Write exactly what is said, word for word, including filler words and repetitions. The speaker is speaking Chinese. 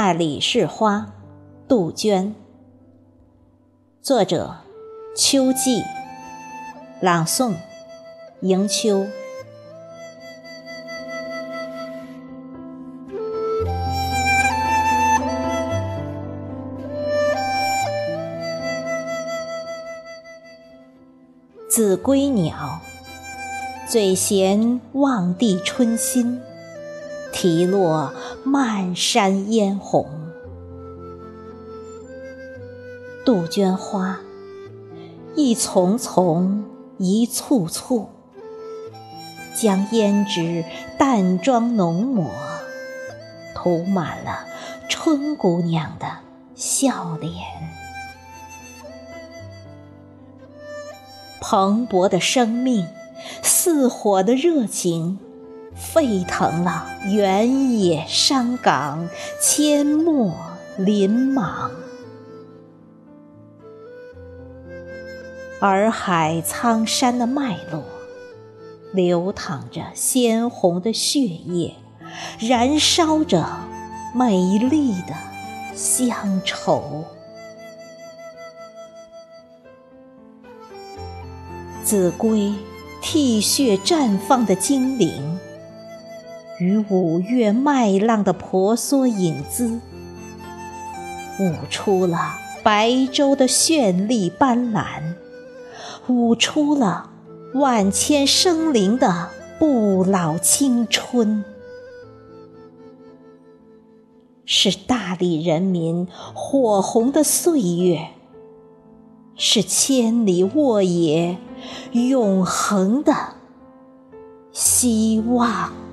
大理石花，杜鹃。作者：秋季，朗诵：迎秋。子规鸟，嘴衔望帝春心，啼落漫山嫣红。杜鹃花，一丛丛，一簇簇，将胭脂淡妆浓抹，涂满了春姑娘的笑脸。蓬勃的生命，似火的热情，沸腾了原野山岗，阡陌林莽。洱海苍山的脉络，流淌着鲜红的血液，燃烧着美丽的乡愁。子规涕血绽放的精灵，与五月麦浪的婆娑影姿，舞出了白洲的绚丽斑斓，舞出了万千生灵的不老青春。是大理人民火红的岁月，是千里沃野永恒的希望。